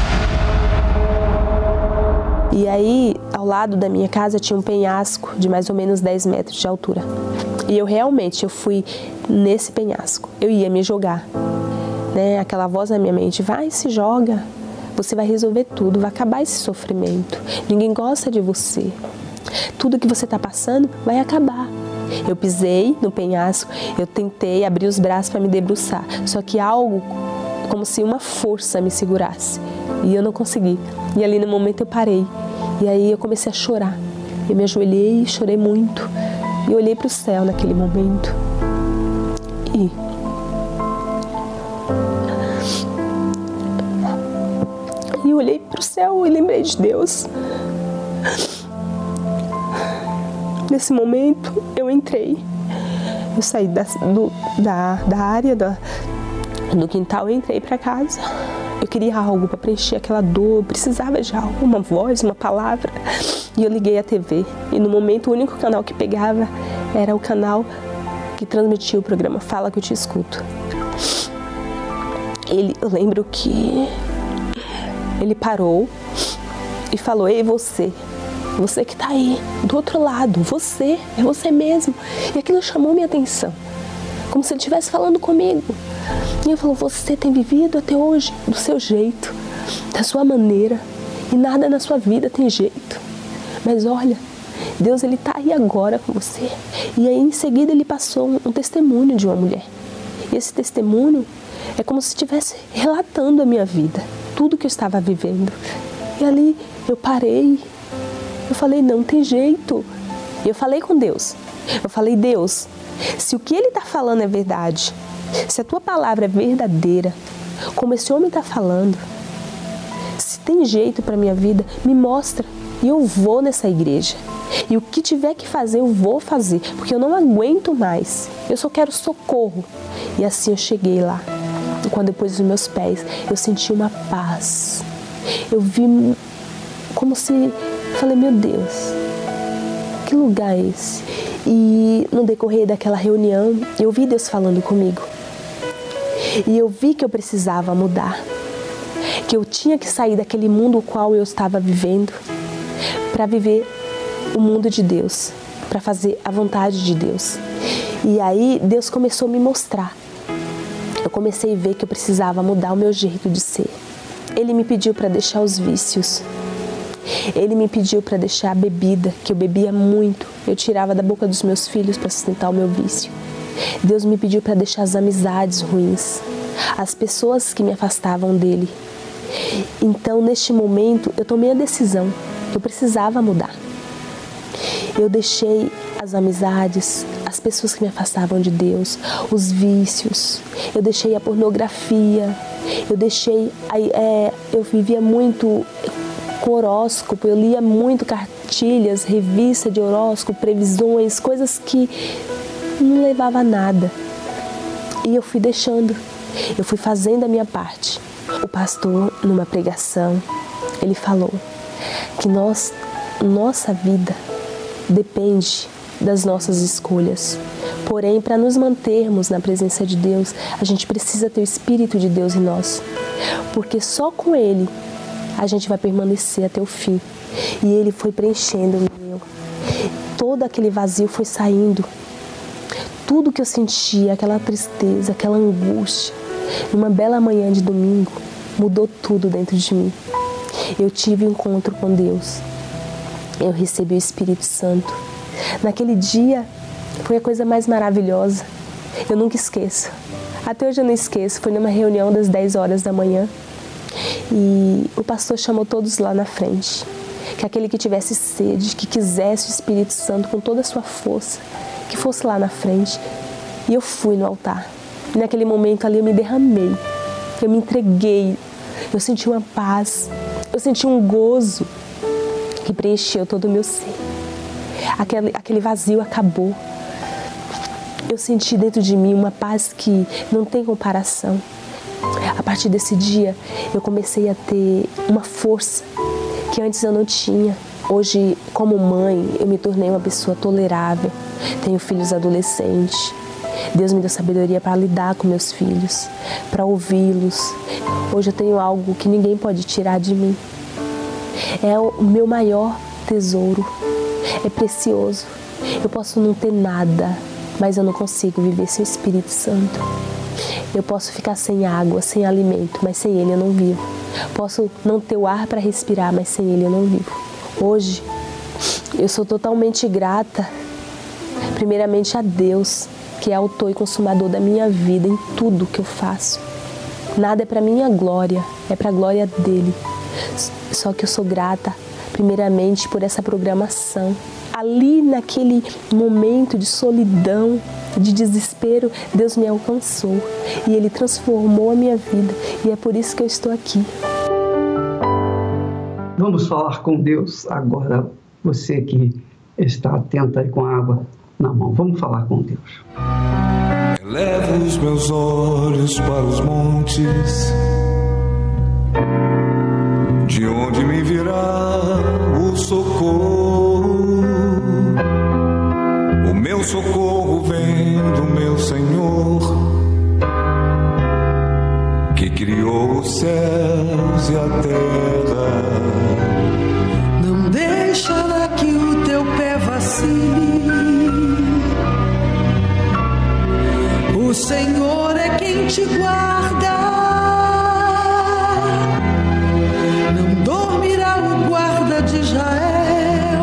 E aí, ao lado da minha casa tinha um penhasco de mais ou menos dez metros de altura. E eu realmente, eu fui nesse penhasco. Eu ia me jogar. Né? Aquela voz na minha mente, vai, se joga. Você vai resolver tudo, vai acabar esse sofrimento. Ninguém gosta de você. Tudo que você está passando vai acabar. Eu pisei no penhasco, eu tentei abrir os braços para me debruçar. Só que algo, como se uma força me segurasse. E eu não consegui. E ali no momento eu parei. E aí eu comecei a chorar. Eu me ajoelhei e chorei muito. E olhei para o céu naquele momento. E... E olhei para o céu e lembrei de Deus. Nesse momento eu entrei. Eu saí da, do, da, da área da, do quintal e entrei para casa. Eu queria algo para preencher aquela dor, eu precisava de algo, uma voz, uma palavra. E eu liguei a T V. E no momento o único canal que pegava era o canal que transmitia o programa Fala Que Eu Te Escuto. Ele, eu lembro que ele parou e falou, ei você, você que tá aí, do outro lado, você, é você mesmo. E aquilo chamou minha atenção, como se ele estivesse falando comigo. E ele falou, você tem vivido até hoje do seu jeito, da sua maneira, e nada na sua vida tem jeito. Mas olha, Deus ele tá aí agora com você. E aí em seguida ele passou um, um testemunho de uma mulher. E esse testemunho é como se estivesse relatando a minha vida, tudo que eu estava vivendo. E ali eu parei, eu falei, não tem jeito. E eu falei com Deus, eu falei, Deus, se o que ele está falando é verdade, se a tua palavra é verdadeira, como esse homem está falando, se tem jeito para a minha vida, me mostra. E eu vou nessa igreja. E o que tiver que fazer, eu vou fazer. Porque eu não aguento mais. Eu só quero socorro. E assim eu cheguei lá. E quando eu pus os meus pés, eu senti uma paz. Eu vi como se... Falei, meu Deus, que lugar é esse? E no decorrer daquela reunião, eu vi Deus falando comigo. E eu vi que eu precisava mudar. Que eu tinha que sair daquele mundo o qual eu estava vivendo para viver o mundo de Deus, para fazer a vontade de Deus. E aí Deus começou a me mostrar. Eu comecei a ver que eu precisava mudar o meu jeito de ser. Ele me pediu para deixar os vícios. Ele me pediu para deixar a bebida, que eu bebia muito. Eu tirava da boca dos meus filhos para sustentar o meu vício. Deus me pediu para deixar as amizades ruins, as pessoas que me afastavam dele. Então, neste momento, eu tomei a decisão. Eu precisava mudar. Eu deixei as amizades, as pessoas que me afastavam de Deus, os vícios. Eu deixei a pornografia. Eu deixei... É, eu vivia muito com horóscopo. Eu lia muito cartilhas, revista de horóscopo, previsões, coisas que não levavam a nada. E eu fui deixando. Eu fui fazendo a minha parte. O pastor, numa pregação, ele falou que nós nossa vida depende das nossas escolhas. Porém, para nos mantermos na presença de Deus, a gente precisa ter o Espírito de Deus em nós. Porque só com Ele a gente vai permanecer até o fim. E Ele foi preenchendo o meu. Todo aquele vazio foi saindo. Tudo que eu sentia, aquela tristeza, aquela angústia, numa bela manhã de domingo, mudou tudo dentro de mim. Eu tive um encontro com Deus. Eu recebi o Espírito Santo. Naquele dia, foi a coisa mais maravilhosa. Eu nunca esqueço. Até hoje eu não esqueço. Foi numa reunião das dez horas da manhã. E o pastor chamou todos lá na frente. Que aquele que tivesse sede, que quisesse o Espírito Santo com toda a sua força, que fosse lá na frente. E eu fui no altar. E naquele momento ali eu me derramei. Eu me entreguei. Eu senti uma paz. Eu senti um gozo que preencheu todo o meu ser. Aquele, aquele vazio acabou. Eu senti dentro de mim uma paz que não tem comparação. A partir desse dia, eu comecei a ter uma força que antes eu não tinha. Hoje, como mãe, eu me tornei uma pessoa tolerável. Tenho filhos adolescentes. Deus me deu sabedoria para lidar com meus filhos, para ouvi-los. Hoje eu tenho algo que ninguém pode tirar de mim. É o meu maior tesouro. É precioso. Eu posso não ter nada, mas eu não consigo viver sem o Espírito Santo. Eu posso ficar sem água, sem alimento, mas sem Ele eu não vivo. Posso não ter o ar para respirar, mas sem Ele eu não vivo. Hoje, eu sou totalmente grata, primeiramente a Deus, que é autor e consumador da minha vida em tudo que eu faço. Nada é para minha glória, é para a glória dele. Só que eu sou grata, primeiramente, por essa programação. Ali, naquele momento de solidão, de desespero, Deus me alcançou e Ele transformou a minha vida. E é por isso que eu estou aqui. Vamos falar com Deus agora, você que está atento aí com a água na mão. Vamos falar com Deus. Elevo os meus olhos para os montes, de onde me virá o socorro. O meu socorro vem do meu Senhor, que criou os céus e a terra. Não deixará que o teu pé vacile. O Senhor é quem te guarda. Não dormirá o guarda de Israel,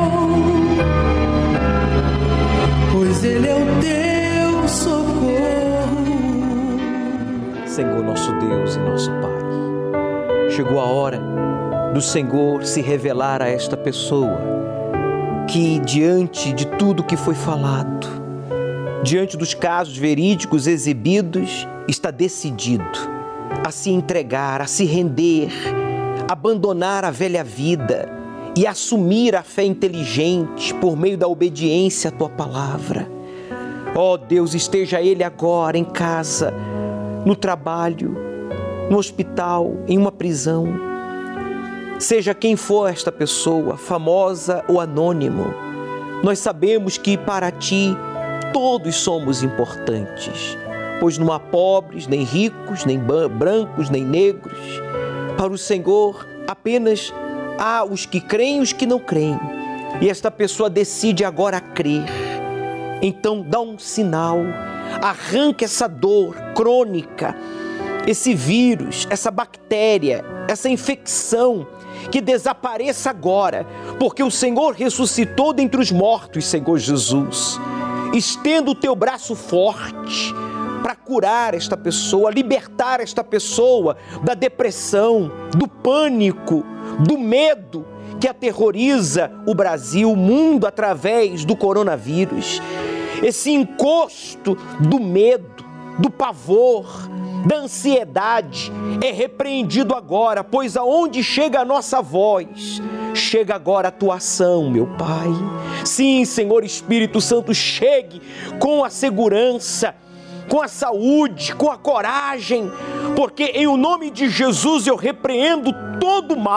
pois Ele é o teu socorro. Senhor nosso Deus e nosso Pai, chegou a hora do Senhor se revelar a esta pessoa que, diante de tudo que foi falado, diante dos casos verídicos exibidos, está decidido a se entregar, a se render, abandonar a velha vida e assumir a fé inteligente por meio da obediência à Tua palavra. Ó oh, Deus, esteja ele agora em casa, no trabalho, no hospital, em uma prisão. Seja quem for esta pessoa, famosa ou anônimo, nós sabemos que para Ti todos somos importantes, pois não há pobres, nem ricos, nem brancos, nem negros. Para o Senhor, apenas há os que creem e os que não creem. E esta pessoa decide agora crer. Então dá um sinal, arranca essa dor crônica, esse vírus, essa bactéria, essa infecção, que desapareça agora, porque o Senhor ressuscitou dentre os mortos, Senhor Jesus. Estenda o teu braço forte para curar esta pessoa, libertar esta pessoa da depressão, do pânico, do medo que aterroriza o Brasil, o mundo através do coronavírus. Esse encosto do medo, do pavor, da ansiedade é repreendido agora, pois aonde chega a nossa voz, chega agora a tua ação, meu Pai. Sim, Senhor Espírito Santo, chegue com a segurança, com a saúde, com a coragem, porque em o nome de Jesus eu repreendo todo o mal,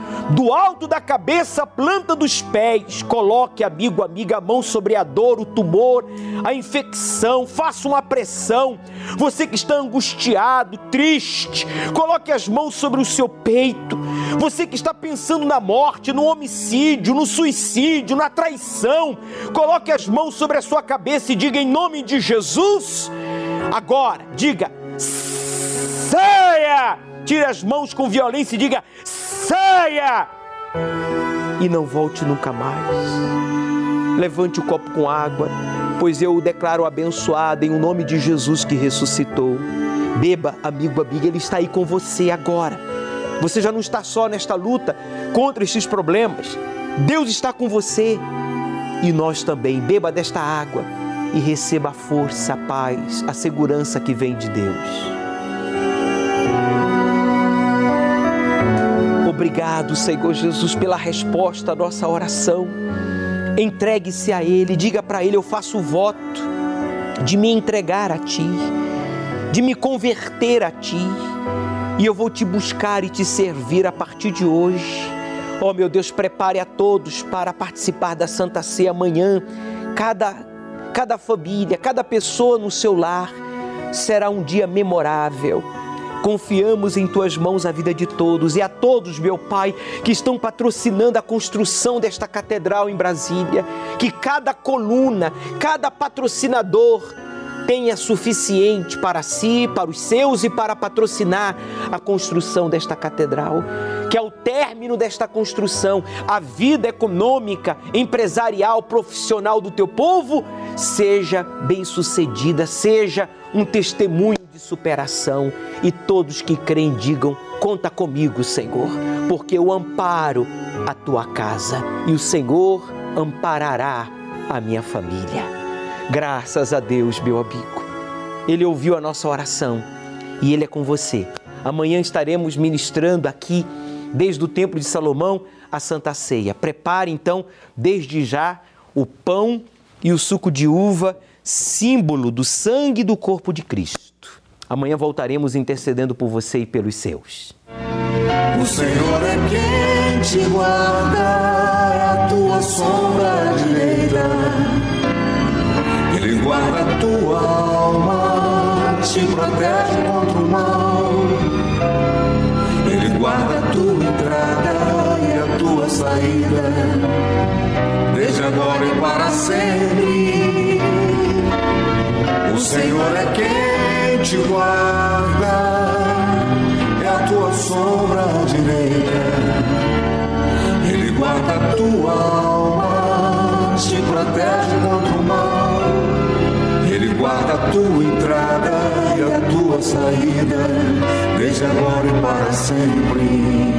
do alto da cabeça à planta dos pés. Coloque, amigo, amiga, a mão sobre a dor, o tumor, a infecção. Faça uma pressão. Você que está angustiado, triste, coloque as mãos sobre o seu peito. Você que está pensando na morte, no homicídio, no suicídio, na traição, coloque as mãos sobre a sua cabeça e diga em nome de Jesus. Agora, diga: saia! Tire as mãos com violência e diga: saia! E não volte nunca mais. Levante o copo com água, pois eu o declaro abençoado em o nome de Jesus que ressuscitou. Beba, amigo, amiga, Ele está aí com você agora. Você já não está só nesta luta contra estes problemas. Deus está com você. E nós também. Beba desta água e receba a força, a paz, a segurança que vem de Deus. Obrigado, Senhor Jesus, pela resposta à nossa oração. Entregue-se a Ele, diga para Ele: eu faço o voto de me entregar a Ti, de me converter a Ti, e eu vou Te buscar e Te servir a partir de hoje. Oh, meu Deus, prepare a todos para participar da Santa Ceia amanhã. Cada, cada família, cada pessoa no seu lar será um dia memorável. Confiamos em Tuas mãos a vida de todos e a todos, meu Pai, que estão patrocinando a construção desta catedral em Brasília. Que cada coluna, cada patrocinador tenha suficiente para si, para os seus e para patrocinar a construção desta catedral. Que ao término desta construção, a vida econômica, empresarial, profissional do Teu povo seja bem-sucedida, seja um testemunho de superação, e todos que creem digam: conta comigo, Senhor, porque eu amparo a Tua casa e o Senhor amparará a minha família. Graças a Deus, meu amigo. Ele ouviu a nossa oração e Ele é com você. Amanhã estaremos ministrando aqui, desde o Templo de Salomão, a Santa Ceia. Prepare então, desde já, o pão e o suco de uva, símbolo do sangue e do corpo de Cristo. Amanhã voltaremos intercedendo por você e pelos seus. O Senhor é quem te guarda, é a tua sombra direita. Ele guarda a tua alma, te protege contra o mal. Ele guarda a tua entrada e a tua saída, desde agora e para sempre. O Senhor é quem te guarda, é a tua sombra direita. Ele guarda a tua alma, te protege contra o mal. Ele guarda a tua entrada e a tua saída, desde agora e para sempre.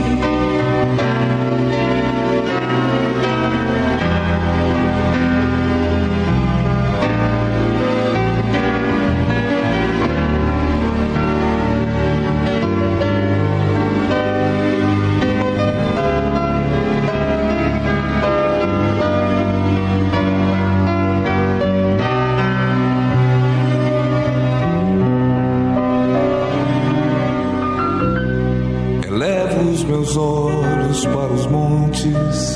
Meus olhos para os montes,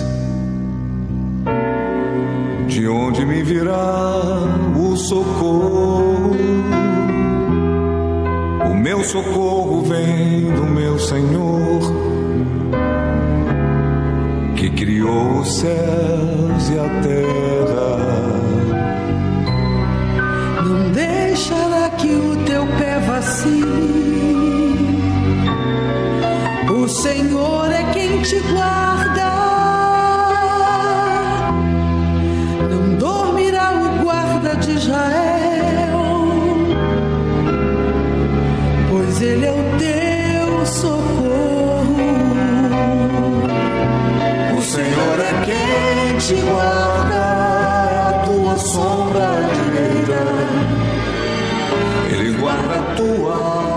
de onde me virá o socorro? O meu socorro vem do meu Senhor, que criou os céus e a terra. Não deixará que o teu pé vacile. O Senhor é quem te guarda, não dormirá o guarda de Israel, pois Ele é o teu socorro. O Senhor é quem te guarda, é a tua sombra direita. Ele guarda a tua alma,